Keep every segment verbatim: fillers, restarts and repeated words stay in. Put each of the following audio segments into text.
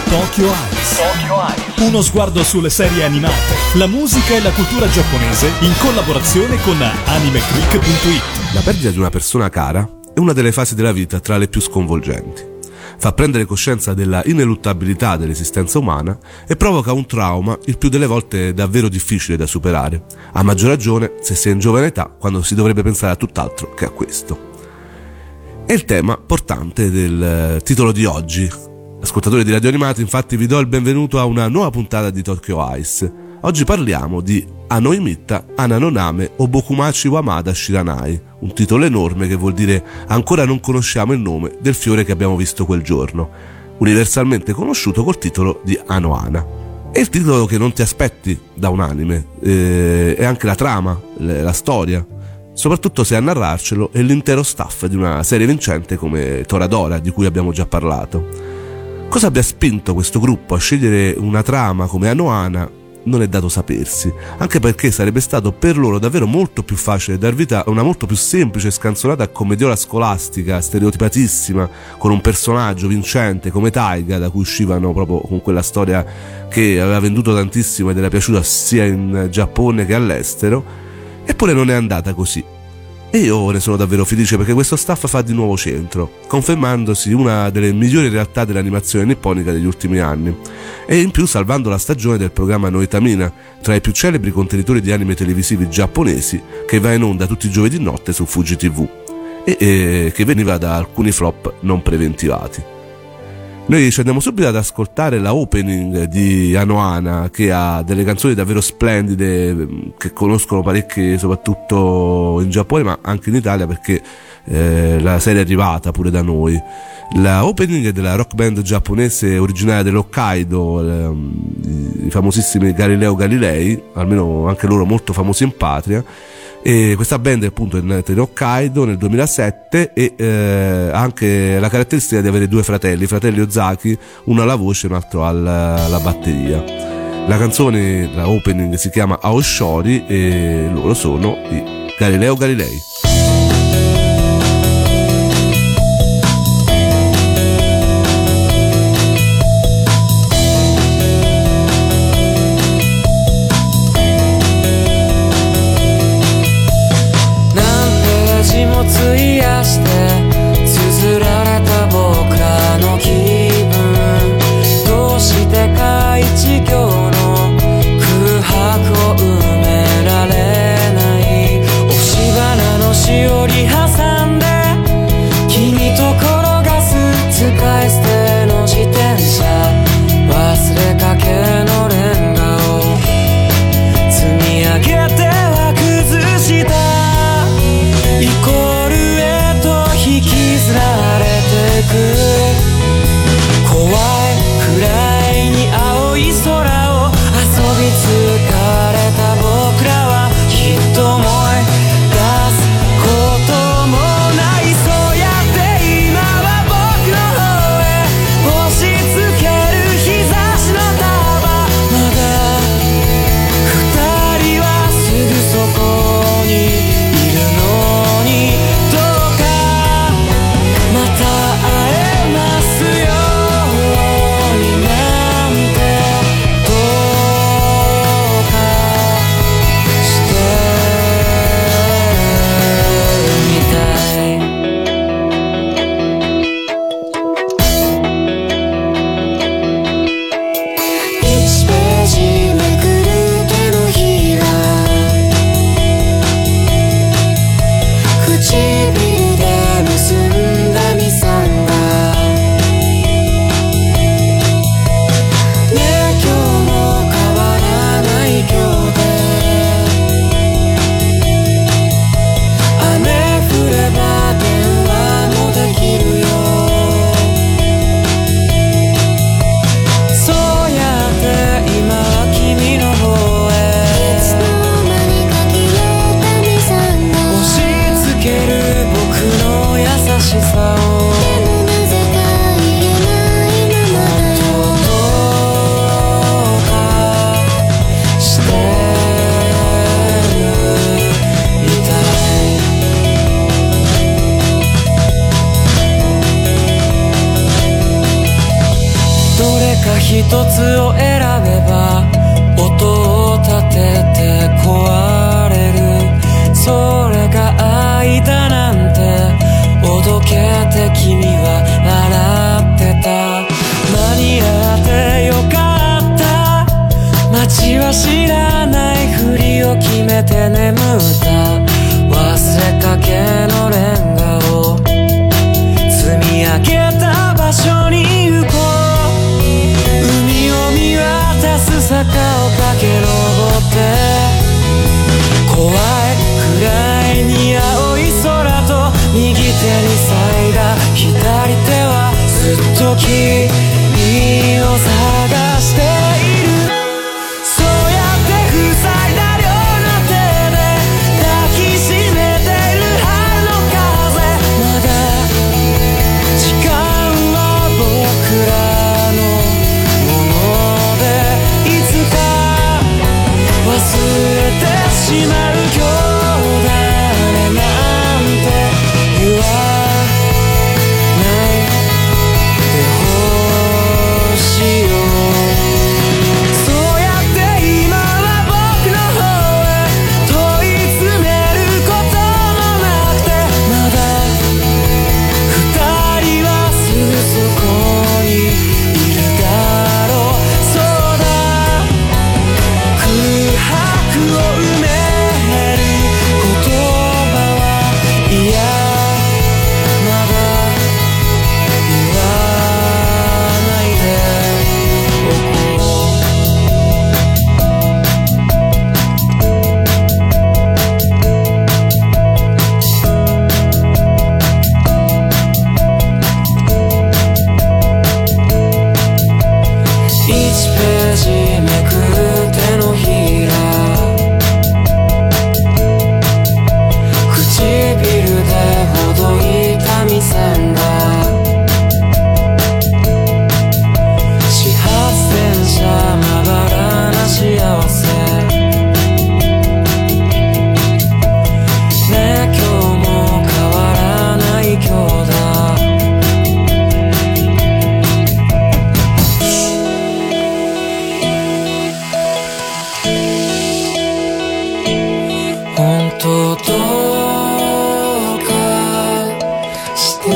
Tokyo Eyes. Tokyo Eyes. Uno sguardo sulle serie animate, la musica e la cultura giapponese in collaborazione con animeclick punto it. La perdita di una persona cara è una delle fasi della vita tra le più sconvolgenti. Fa prendere coscienza della ineluttabilità dell'esistenza umana e provoca un trauma il più delle volte davvero difficile da superare, a maggior ragione se si è in giovane età, quando si dovrebbe pensare a tutt'altro che a questo. È il tema portante del titolo di oggi. Ascoltatori di Radio Animati, infatti vi do il benvenuto a una nuova puntata di Tokyo Eyes. Oggi parliamo di Anohimita Ananoname Obokumachi Wamada Shiranai, un titolo enorme che vuol dire ancora non conosciamo il nome del fiore che abbiamo visto quel giorno, universalmente conosciuto col titolo di Anohana. È il titolo che non ti aspetti da un anime, eh, è anche la trama, la storia, soprattutto se a narrarcelo è l'intero staff di una serie vincente come Toradora, di cui abbiamo già parlato. Cosa abbia spinto questo gruppo a scegliere una trama come Anohana non è dato sapersi, anche perché sarebbe stato per loro davvero molto più facile dar vita a una molto più semplice e scanzonata commediola scolastica, stereotipatissima, con un personaggio vincente come Taiga, da cui uscivano proprio con quella storia che aveva venduto tantissimo ed era piaciuta sia in Giappone che all'estero. Eppure non è andata così. E io ne sono davvero felice, perché questo staff fa di nuovo centro, confermandosi una delle migliori realtà dell'animazione nipponica degli ultimi anni, e in più salvando la stagione del programma Noitamina, tra i più celebri contenitori di anime televisivi giapponesi, che va in onda tutti i giovedì notte su Fuji tivù e, e che veniva da alcuni flop non preventivati. Noi ci andiamo subito ad ascoltare la opening di Anohana, che ha delle canzoni davvero splendide che conoscono parecchi, soprattutto in Giappone ma anche in Italia, perché eh, la serie è arrivata pure da noi. La opening è della rock band giapponese originaria dell'Hokkaido, eh, i famosissimi Galileo Galilei, almeno anche loro molto famosi in patria. E questa band appunto è nata in Hokkaido nel duemilasette e eh, ha anche la caratteristica di avere due fratelli, i fratelli Ozaki, uno alla voce e un altro alla, alla batteria. La canzone, la opening, si chiama Aoshori e loro sono i Galileo Galilei. 費やして綴られた僕らの気分、どうしてか一行の空白を埋められない、押し花のしおり挟んで君と転がす使い捨ての自転車、忘れかけのレンガを積み上げては崩したイコールへと引きずられてく、怖いくらいに青い空を遊び疲れた僕らはきっと思い出すこともない、そうやって今は僕の方へ押し付ける日差しの束、まだ二人はすぐそこにいるのに、どうかまた会えますようになんて、どうかか一つを選べば音を立てて壊れる、それが愛だなんておどけて君は笑ってた。間に合ってよかった、街は知らないふりを決めて眠った。忘れかけのレンガを積み上げた場所に行こう。海を見渡す坂を駆け上って怖いくらいに青い空と右手に咲いた左手はずっと君を探している。そうやって塞いだ両の手で抱きしめてる春の風。まだ時間は僕らのものでいつか忘れてしまう今日誰なんて言わないでほしいよ。そうやって今は僕の方へ問い詰めることもなくて、まだ二人はすぐそこにいるだろう。そうだ、空白を埋める言葉はいや、まだ言わないでおこう。いちページめくる手のひら、唇でほどいたみ線が始発電車まばらな幸せね、今日も変わらない今日だ。本当どうかして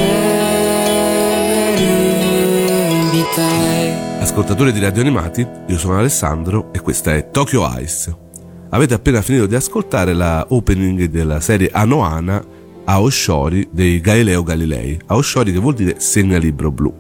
るみたい。 Ascoltatori di Radio Animati, io sono Alessandro e questa è Tokyo Ice. Avete appena finito di ascoltare la opening della serie Anohana Aoshori dei Galileo Galilei. Aoshori che vuol dire segnalibro blu.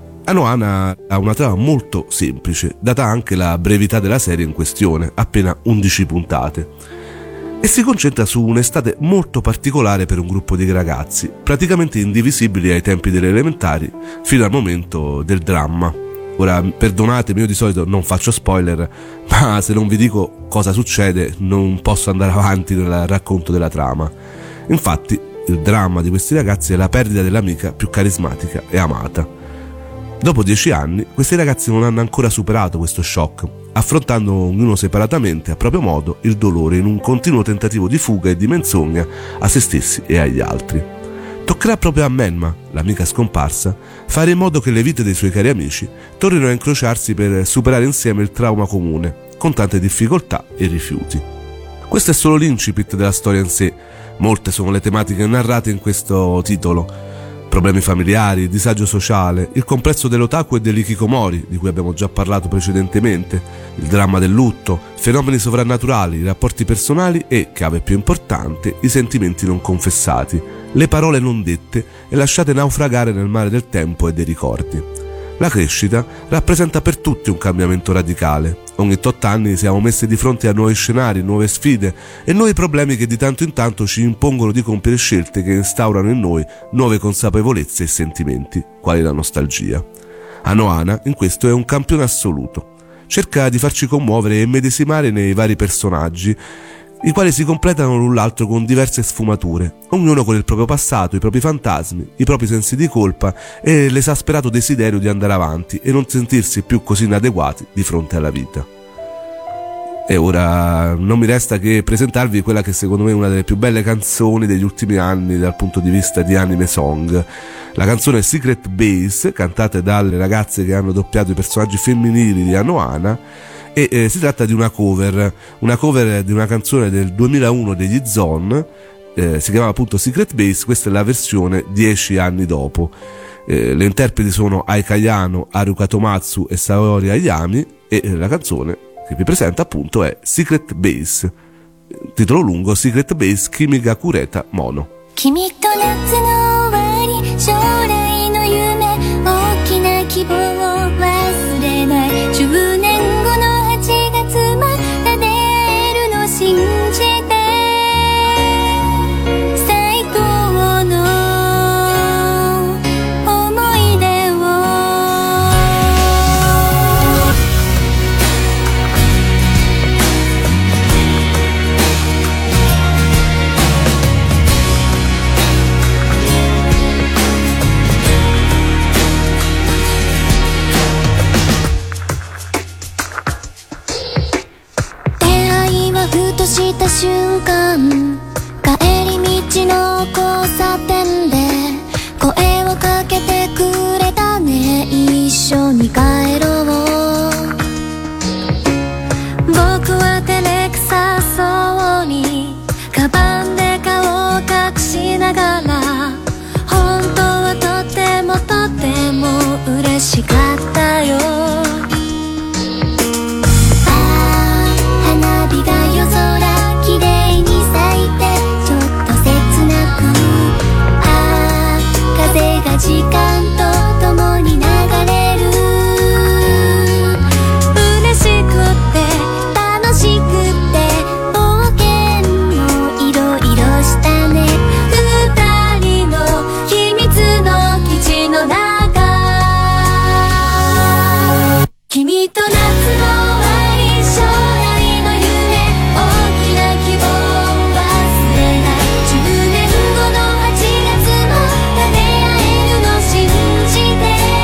Anohana ha una trama molto semplice, data anche la brevità della serie in questione, appena undici puntate, e si concentra su un'estate molto particolare per un gruppo di ragazzi, praticamente indivisibili ai tempi delle elementari, fino al momento del dramma. Ora, perdonatemi, io di solito non faccio spoiler, ma se non vi dico cosa succede non posso andare avanti nel racconto della trama. Infatti, il dramma di questi ragazzi è la perdita dell'amica più carismatica e amata. Dopo dieci anni, questi ragazzi non hanno ancora superato questo shock, affrontando ognuno separatamente a proprio modo il dolore in un continuo tentativo di fuga e di menzogna a se stessi e agli altri. Toccherà proprio a Menma, l'amica scomparsa, fare in modo che le vite dei suoi cari amici tornino a incrociarsi per superare insieme il trauma comune, con tante difficoltà e rifiuti. Questo è solo l'incipit della storia in sé, molte sono le tematiche narrate in questo titolo. Problemi familiari, disagio sociale, il complesso dell'otaku e dell'ikikomori, di cui abbiamo già parlato precedentemente, il dramma del lutto, fenomeni sovrannaturali, i rapporti personali e, chiave più importante, i sentimenti non confessati, le parole non dette e lasciate naufragare nel mare del tempo e dei ricordi. La crescita rappresenta per tutti un cambiamento radicale. Ogni tot anni siamo messi di fronte a nuovi scenari, nuove sfide e nuovi problemi che di tanto in tanto ci impongono di compiere scelte che instaurano in noi nuove consapevolezze e sentimenti, quali la nostalgia. Anohana in questo è un campione assoluto. Cerca di farci commuovere e medesimare nei vari personaggi, i quali si completano l'un l'altro con diverse sfumature, ognuno con il proprio passato, i propri fantasmi, i propri sensi di colpa e l'esasperato desiderio di andare avanti e non sentirsi più così inadeguati di fronte alla vita. E ora non mi resta che presentarvi quella che secondo me è una delle più belle canzoni degli ultimi anni dal punto di vista di anime song. La canzone Secret Base, cantata dalle ragazze che hanno doppiato i personaggi femminili di Anohana, e eh, si tratta di una cover, una cover di una canzone del duemilauno degli Zone, eh, si chiamava appunto Secret Base. Questa è la versione dieci anni dopo. Eh, le interpreti sono Aika Yano, Haruka Tomatsu e Saori Ayami, e eh, la canzone che vi presenta appunto è Secret Base, titolo lungo Secret Base Kimi ga Kureta Mono. 君と夏の終わり将来の夢大きな希望を忘れないじゅうねんごのはちがつまた出会えるの信じて最高の思い出をふとした瞬間帰り道の交差点で声をかけてくれたね一緒に帰ろう僕は照れくさそうにカバンで顔を隠しながら本当はとてもとても嬉しかったよ花火が夜空きれいに咲いてちょっと切なくああ風が時間と共に流れる嬉しくって楽しくって冒険もいろいろしたね二人の秘密の基地の中君と夏の終わり将来の夢大きな希望を忘れないじゅうねんごのはちがつもた出会えるの信じて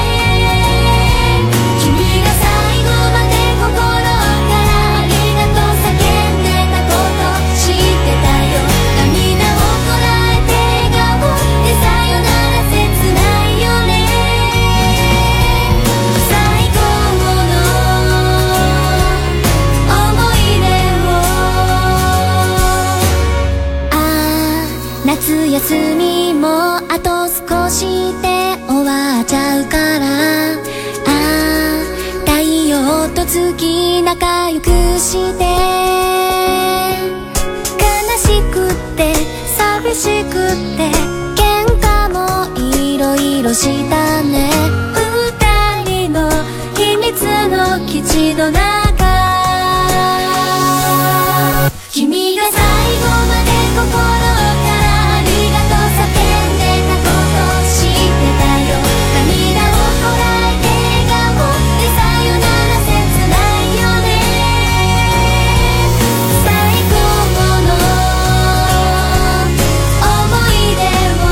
君が最後まで心からありがとう叫んでたこと知ってたよ涙をこらえて笑顔でさよなら切ないよね最高の思い出をああ夏休みもあと少しで終わっちゃうからああ太陽と月仲良くして悲しくって寂しくって喧嘩もいろいろしたね二人の秘密の基地の中君が最後まで心からありがとう叫んでたこと知ってたよ涙をこらえて笑顔でさよなら切ないよね最高の思い出を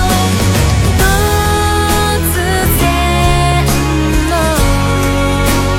突然の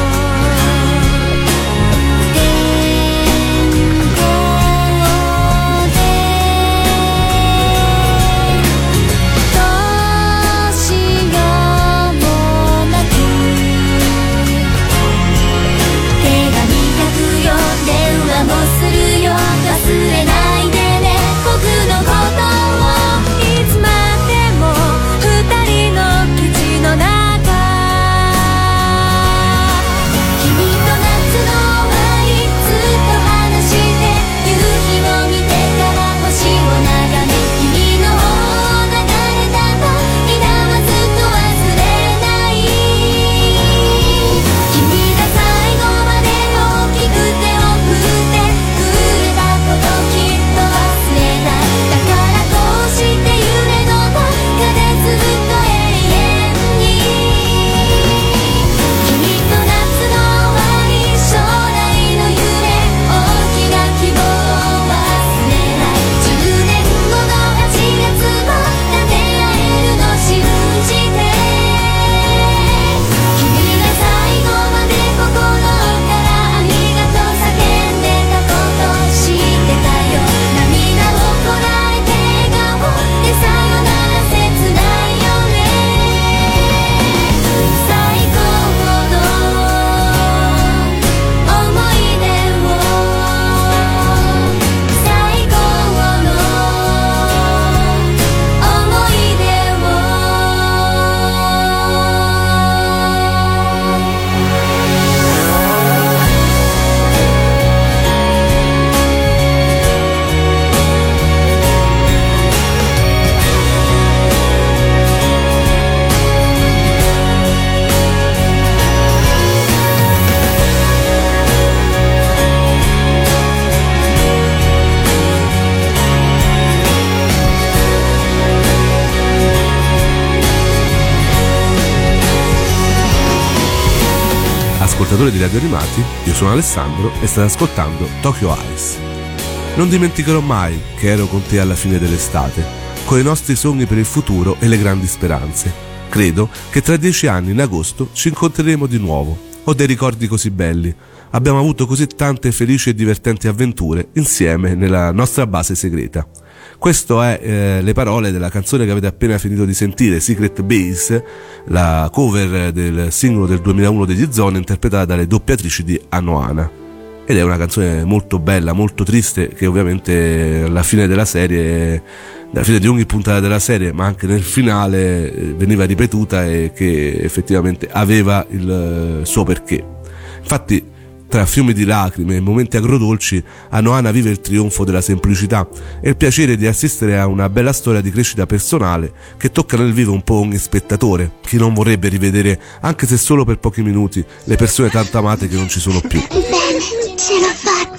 ascoltatori di Radio Animati, io sono Alessandro e state ascoltando Tokyo Eyes. Non dimenticherò mai che ero con te alla fine dell'estate, con i nostri sogni per il futuro e le grandi speranze. Credo che tra dieci anni in agosto ci incontreremo di nuovo. Ho dei ricordi così belli. Abbiamo avuto così tante felici e divertenti avventure insieme nella nostra base segreta. Queste è eh, le parole della canzone che avete appena finito di sentire, Secret Base, la cover del singolo del duemilauno degli Zone, interpretata dalle doppiatrici di Anohana. Ed è una canzone molto bella, molto triste, che ovviamente alla fine della serie, alla fine di ogni puntata della serie, ma anche nel finale, veniva ripetuta e che effettivamente aveva il suo perché. Infatti, tra fiumi di lacrime e momenti agrodolci, Anohana vive il trionfo della semplicità e il piacere di assistere a una bella storia di crescita personale che tocca nel vivo un po' ogni spettatore, chi non vorrebbe rivedere, anche se solo per pochi minuti, le persone tanto amate che non ci sono più. Bene, ce l'ho fatta.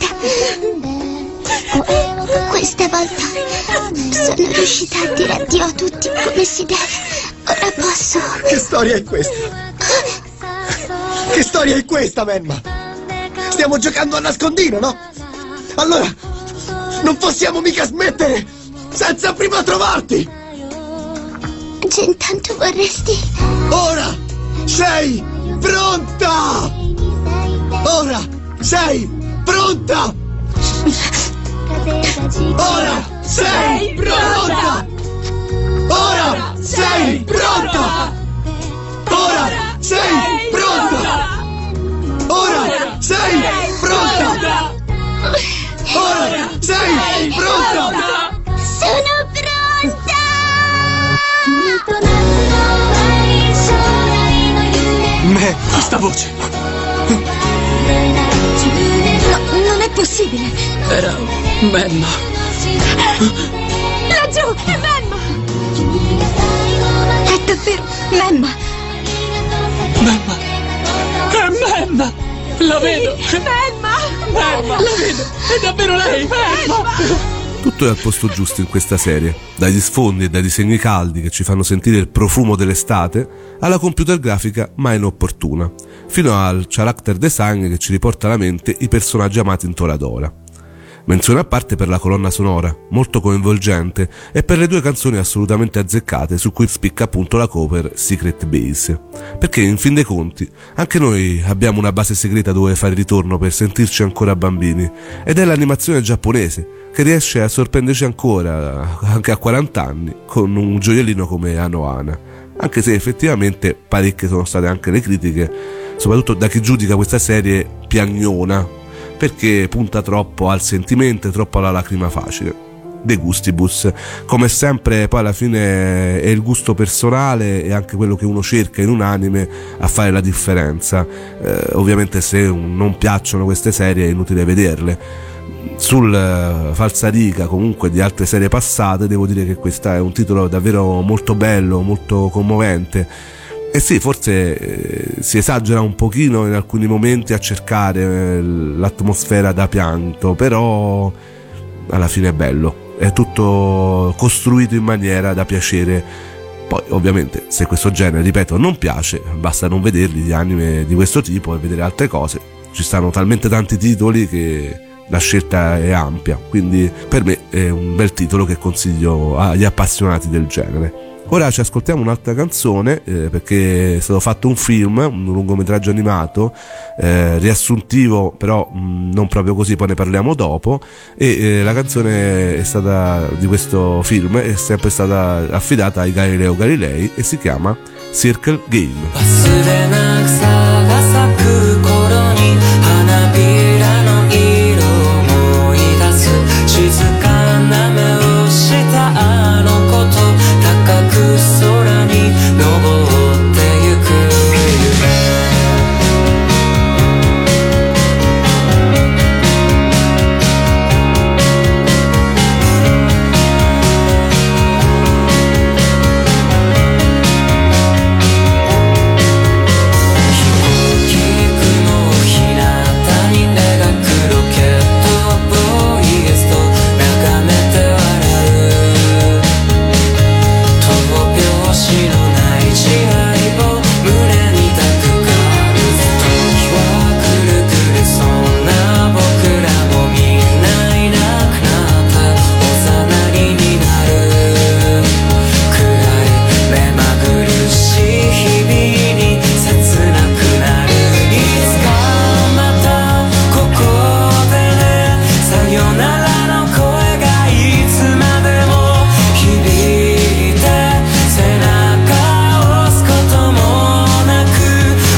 Questa volta sono riuscita a dire addio a tutti come si deve. Ora posso... Che storia è questa? Che storia è questa, Menma? Stiamo giocando a nascondino, no? Allora, non possiamo mica smettere senza prima trovarti! Già intanto vorresti... Ora sei pronta! Ora sei pronta! Ora sei pronta! Ora sei pronta! Ora sei pronta! Ora sei pronta! Ora sei pronta! Sono pronta! Me, questa voce! No, non è possibile! Era Menma. Laggiù, è Menma! È davvero Menma! Menma. È Menma! La vedo! Menma! Menma! La vedo! È davvero lei! Menma! Tutto è al posto giusto in questa serie, dagli sfondi e dai disegni caldi che ci fanno sentire il profumo dell'estate, alla computer grafica ma inopportuna, fino al character design che ci riporta alla mente i personaggi amati in Toradora. Menzione a parte per la colonna sonora, molto coinvolgente, e per le due canzoni assolutamente azzeccate su cui spicca appunto la cover Secret Base. Perché in fin dei conti anche noi abbiamo una base segreta dove fare ritorno per sentirci ancora bambini, ed è l'animazione giapponese che riesce a sorprenderci ancora, anche a quaranta anni, con un gioiellino come Anohana. Anche se effettivamente parecchie sono state anche le critiche, soprattutto da chi giudica questa serie piagnona, perché punta troppo al sentimento e troppo alla lacrima facile. De gustibus, come sempre poi alla fine è il gusto personale e anche quello che uno cerca in un anime a fare la differenza. Eh, ovviamente se non piacciono queste serie è inutile vederle. Sul uh, falsariga comunque di altre serie passate devo dire che questo è un titolo davvero molto bello, molto commovente. E sì, forse eh, si esagera un pochino in alcuni momenti a cercare eh, l'atmosfera da pianto, però alla fine è bello, è tutto costruito in maniera da piacere. Poi ovviamente se questo genere, ripeto, non piace, basta non vederli di anime di questo tipo e vedere altre cose. Ci stanno talmente tanti titoli che la scelta è ampia, quindi per me è un bel titolo che consiglio agli appassionati del genere. Ora ci ascoltiamo un'altra canzone eh, perché è stato fatto un film, un lungometraggio animato eh, riassuntivo, però mh, non proprio così, poi ne parliamo dopo, e eh, la canzone è stata di questo film è sempre stata affidata ai Galileo Galilei e si chiama Circle Game. 「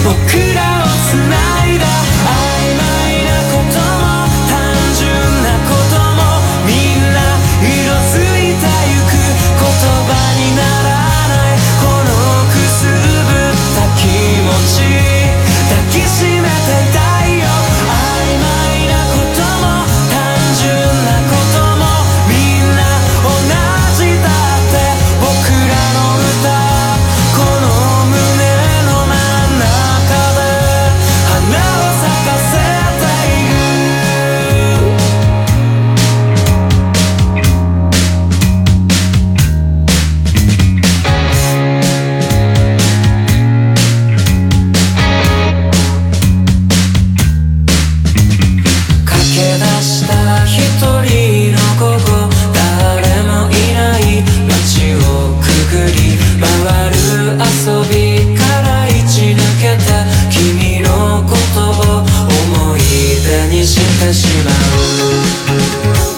僕らをつないだ曖昧なことも単純なこともみんな色づいてゆく言葉にならないこのくすぶった気持ち抱きしめていたいよ曖昧なことも単純なこともみんな同じだって僕らの歌この胸の真ん中で花を咲かせている駆け出した一人の午後誰もいない街をくぐり回る遊びからいち抜けた君のことを思い出にしてしまう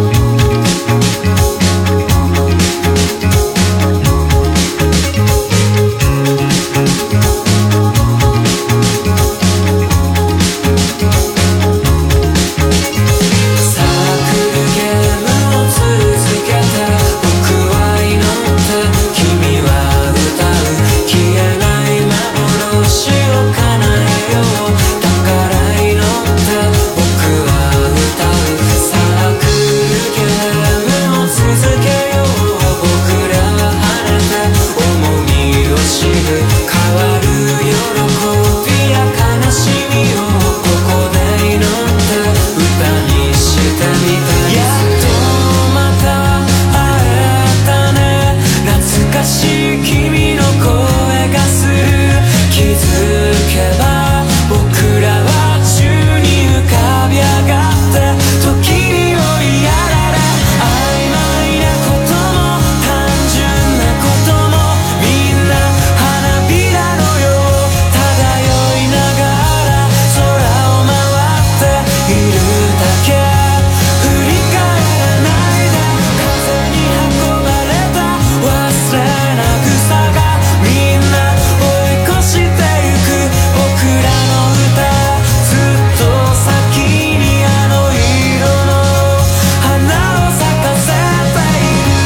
サークルゲームを続けて僕は祈って君は歌う消えない幻を叶えようだから祈って僕は歌うサークルゲームを続けよう僕らは晴れて重みを知る変わる喜びや悲しみをここで祈って歌にしてみたやっとまた会えたね懐かしい君の声がする気づけば僕らは宙に浮かび上がって時に追いやられ曖昧なことも単純なこともみんな花びらのよう漂いながら空を回っているだけ振り返らないで風に運ばれた忘れな草がみんな追い越してゆく僕らの歌ずっと先にあの色の花を咲かせている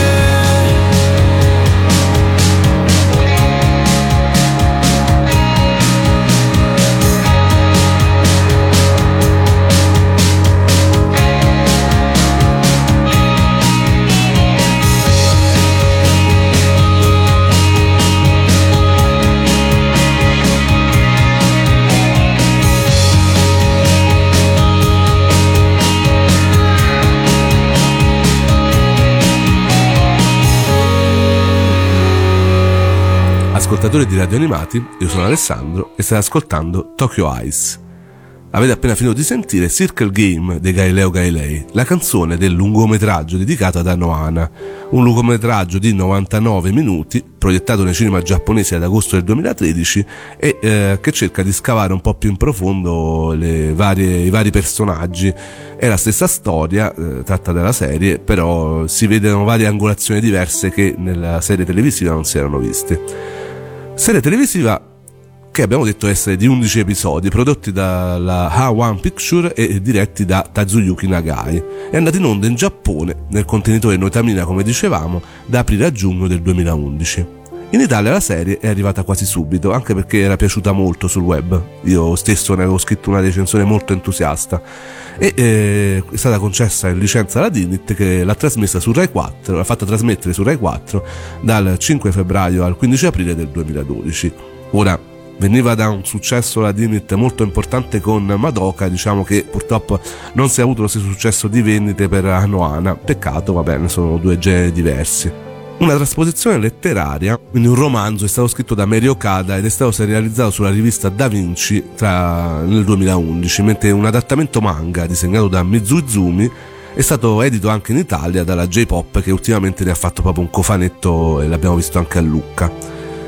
Ascoltatori di Radio Animati, io sono Alessandro e state ascoltando Tokyo Eyes. Avete appena finito di sentire Circle Game dei Galileo Galilei, la canzone del lungometraggio dedicato ad Anohana, un lungometraggio di novantanove minuti proiettato nei cinema giapponesi ad agosto del duemilatredici e eh, che cerca di scavare un po' più in profondo le varie, i vari personaggi. È la stessa storia eh, tratta dalla serie, però si vedono varie angolazioni diverse che nella serie televisiva non si erano viste. Serie televisiva che abbiamo detto essere di undici episodi, prodotti dalla A uno Picture e diretti da Kazuyuki Nagai. È andata in onda in Giappone, nel contenitore Noitamina come dicevamo, da aprile a giugno del duemilaundici. In Italia la serie è arrivata quasi subito, anche perché era piaciuta molto sul web. Io stesso ne avevo scritto una recensione molto entusiasta. E eh, è stata concessa in licenza alla Dinit, che l'ha trasmessa su Rai quattro, l'ha fatta trasmettere su Rai quattro dal cinque febbraio al quindici aprile del duemiladodici. Ora, veniva da un successo la Dinit molto importante con Madoka, diciamo che purtroppo non si è avuto lo stesso successo di vendite per Anohana, peccato, va bene, sono due generi diversi. Una trasposizione letteraria, quindi un romanzo, è stato scritto da Mary Okada ed è stato serializzato sulla rivista Da Vinci tra, nel duemilaundici, mentre un adattamento manga disegnato da Mizuizumi è stato edito anche in Italia dalla J-Pop, che ultimamente ne ha fatto proprio un cofanetto e l'abbiamo visto anche a Lucca.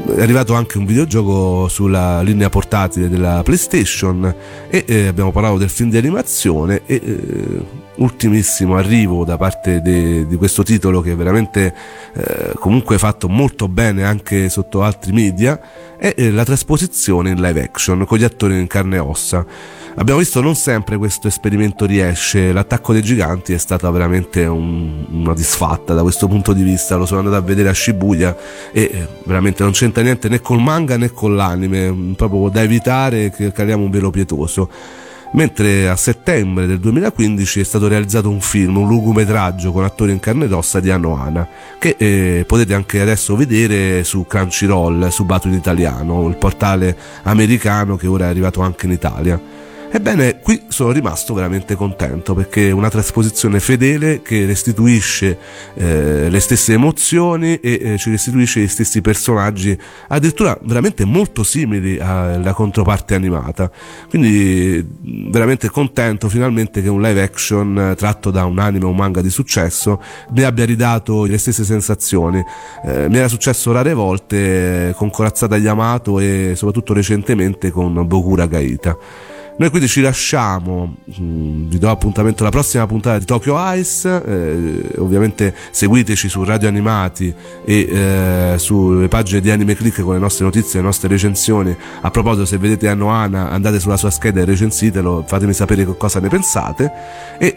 È arrivato anche un videogioco sulla linea portatile della PlayStation e eh, abbiamo parlato del film di animazione e eh, ultimissimo arrivo da parte de, di questo titolo che è veramente eh, comunque fatto molto bene anche sotto altri media è eh, la trasposizione in live action con gli attori in carne e ossa. Abbiamo visto non sempre questo esperimento riesce, l'Attacco dei Giganti è stata veramente un, una disfatta da questo punto di vista, lo sono andato a vedere a Shibuya e eh, veramente non c'entra niente né col manga né con l'anime, proprio da evitare che caliamo un velo pietoso. Mentre a settembre del duemilaquindici è stato realizzato un film, un lungometraggio con attori in carne ed ossa di Anohana, che eh, potete anche adesso vedere su Crunchyroll, subato in italiano, il portale americano che ora è arrivato anche in Italia. Ebbene, qui sono rimasto veramente contento perché è una trasposizione fedele che restituisce eh, le stesse emozioni e eh, ci restituisce gli stessi personaggi, addirittura veramente molto simili alla controparte animata. Quindi veramente contento finalmente che un live action tratto da un anime o un manga di successo mi abbia ridato le stesse sensazioni. Eh, mi era successo rare volte con Corazzata Yamato e soprattutto recentemente con Bokura Gaita. Noi quindi ci lasciamo, vi do appuntamento alla prossima puntata di Tokyo Ice, eh, ovviamente seguiteci su Radio Animati e eh, sulle pagine di Anime Click con le nostre notizie, le nostre recensioni. A proposito, se vedete Anohana andate sulla sua scheda e recensitelo, fatemi sapere che cosa ne pensate e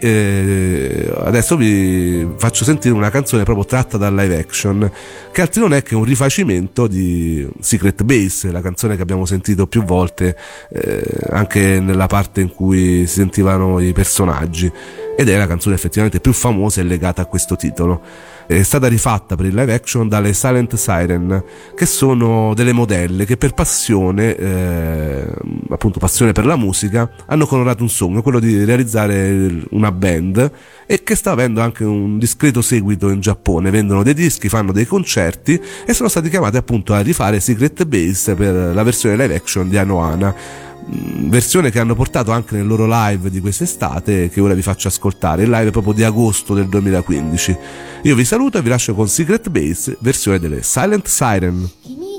eh, adesso vi faccio sentire una canzone proprio tratta dal live action che altro non è che un rifacimento di Secret Base, la canzone che abbiamo sentito più volte eh, anche nella parte in cui si sentivano i personaggi, ed è la canzone effettivamente più famosa e legata a questo titolo. È stata rifatta per il live action dalle Silent Siren, che sono delle modelle che per passione eh, appunto passione per la musica hanno colorato un sogno, quello di realizzare una band, e che sta avendo anche un discreto seguito in Giappone. Vendono dei dischi, fanno dei concerti e sono stati chiamati appunto a rifare Secret Base per la versione live action di Anohana, versione che hanno portato anche nel loro live di quest'estate, che ora vi faccio ascoltare, il live proprio di agosto del duemilaquindici. Io vi saluto e vi lascio con Secret Base, versione delle Silent Siren.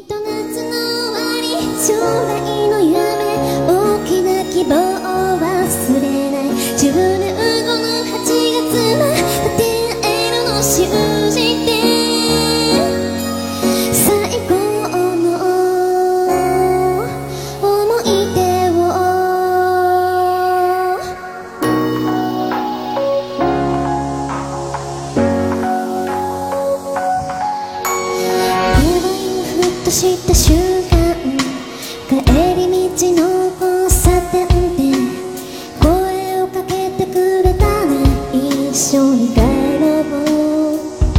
した瞬間帰り道の交差点で声をかけてくれたね一緒に帰ろう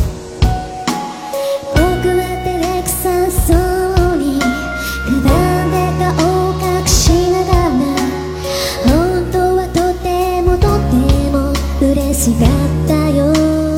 僕は照れくさそうにかがんで顔を隠しながら本当はとてもとても嬉しかったよ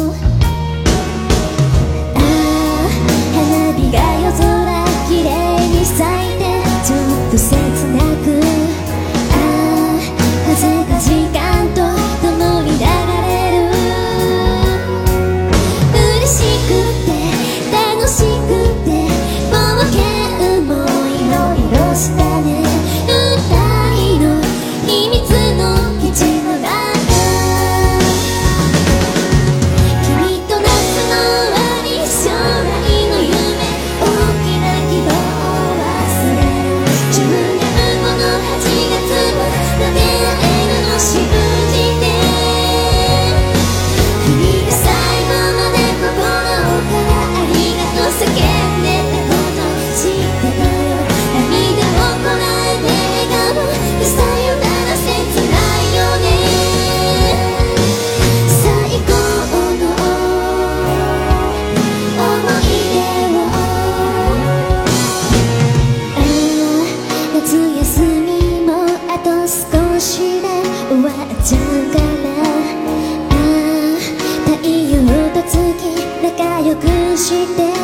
して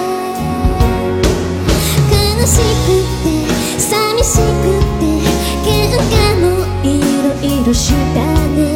悲しくて寂しくて喧嘩もいろいろしたね